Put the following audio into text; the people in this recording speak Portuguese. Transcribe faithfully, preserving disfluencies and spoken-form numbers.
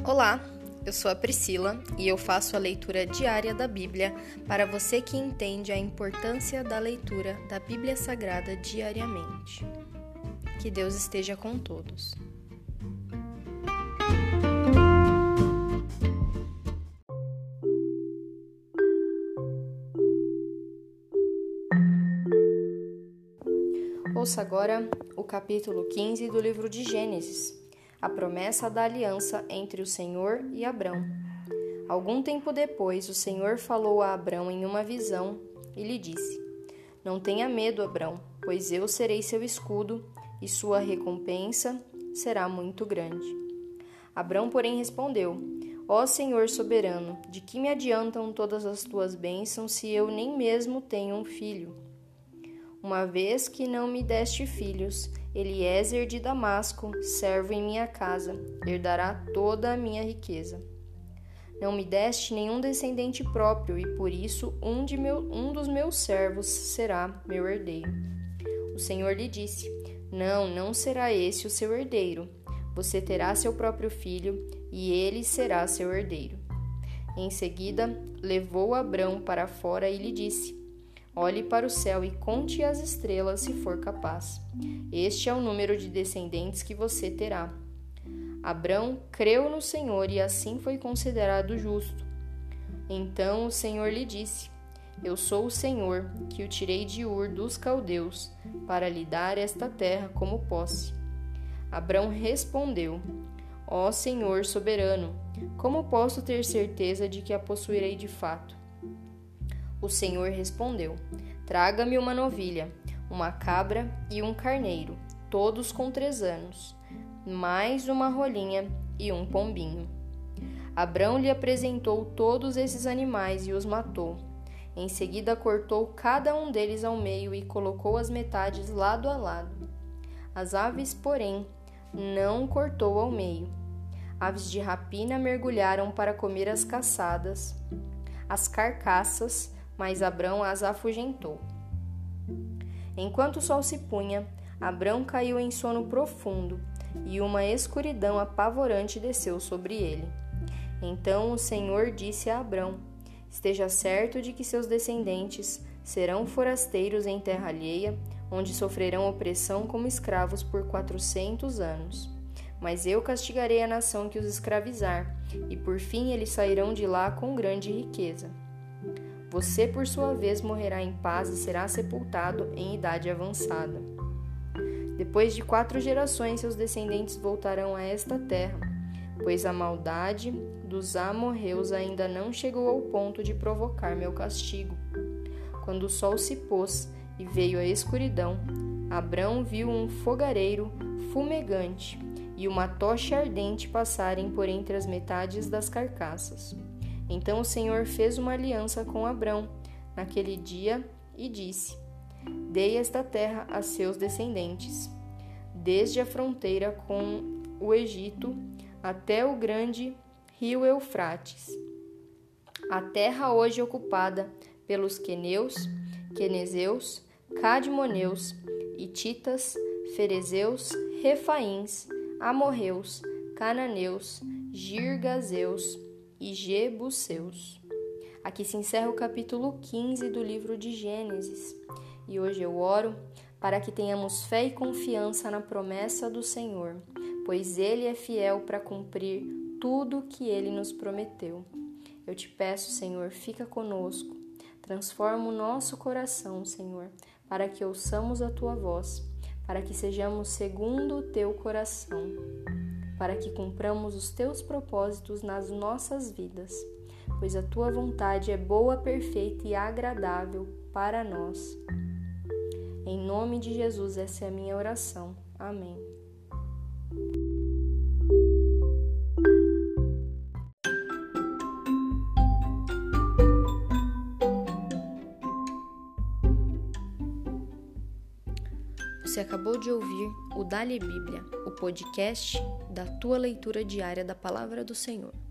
Olá, eu sou a Priscila e eu faço a leitura diária da Bíblia para você que entende a importância da leitura da Bíblia Sagrada diariamente. Que Deus esteja com todos. Ouça agora o capítulo quinze do livro de Gênesis, a promessa da aliança entre o Senhor e Abrão. Algum tempo depois, o Senhor falou a Abrão em uma visão e lhe disse: Não tenha medo, Abrão, pois eu serei seu escudo e sua recompensa será muito grande. Abrão, porém, respondeu: Ó Senhor soberano, de que me adiantam todas as tuas bênçãos se eu nem mesmo tenho um filho? Uma vez que não me deste filhos, Eliezer de Damasco, servo em minha casa, herdará toda a minha riqueza. Não me deste nenhum descendente próprio, e por isso um, de meu, um dos meus servos será meu herdeiro. O Senhor lhe disse: Não, não será esse o seu herdeiro. Você terá seu próprio filho, e ele será seu herdeiro. Em seguida, levou Abrão para fora e lhe disse: Olhe para o céu e conte as estrelas, se for capaz. Este é o número de descendentes que você terá. Abrão creu no Senhor e assim foi considerado justo. Então o Senhor lhe disse: Eu sou o Senhor, que o tirei de Ur dos caldeus, para lhe dar esta terra como posse. Abrão respondeu: Ó Senhor soberano, como posso ter certeza de que a possuirei de fato? O Senhor respondeu: Traga-me uma novilha, uma cabra e um carneiro, todos com três anos, mais uma rolinha e um pombinho. Abrão lhe apresentou todos esses animais e os matou. Em seguida cortou cada um deles ao meio e colocou as metades lado a lado. As aves, porém, não cortou ao meio. Aves de rapina mergulharam para comer as caçadas, as carcaças, mas Abrão as afugentou. Enquanto o sol se punha, Abrão caiu em sono profundo, e uma escuridão apavorante desceu sobre ele. Então o Senhor disse a Abrão: Esteja certo de que seus descendentes serão forasteiros em terra alheia, onde sofrerão opressão como escravos por quatrocentos anos. Mas eu castigarei a nação que os escravizar, e por fim eles sairão de lá com grande riqueza. Você, por sua vez, morrerá em paz e será sepultado em idade avançada. Depois de quatro gerações, seus descendentes voltarão a esta terra, pois a maldade dos amorreus ainda não chegou ao ponto de provocar meu castigo. Quando o sol se pôs e veio a escuridão, Abrão viu um fogareiro fumegante e uma tocha ardente passarem por entre as metades das carcaças. Então o Senhor fez uma aliança com Abrão naquele dia e disse: Dei esta terra a seus descendentes, desde a fronteira com o Egito até o grande rio Eufrates. A terra hoje ocupada pelos queneus, quenezeus, cadmoneus, hititas, ferezeus, refaíns, amorreus, cananeus, girgazeus e jebuseus. Aqui se encerra o capítulo quinze do livro de Gênesis. E hoje eu oro para que tenhamos fé e confiança na promessa do Senhor, pois Ele é fiel para cumprir tudo o que Ele nos prometeu. Eu te peço, Senhor, fica conosco. Transforma o nosso coração, Senhor, para que ouçamos a Tua voz, para que sejamos segundo o Teu coração, para que cumpramos os Teus propósitos nas nossas vidas, pois a Tua vontade é boa, perfeita e agradável para nós. Em nome de Jesus, essa é a minha oração. Amém. Você acabou de ouvir o Dali Bíblia, o podcast da tua leitura diária da Palavra do Senhor.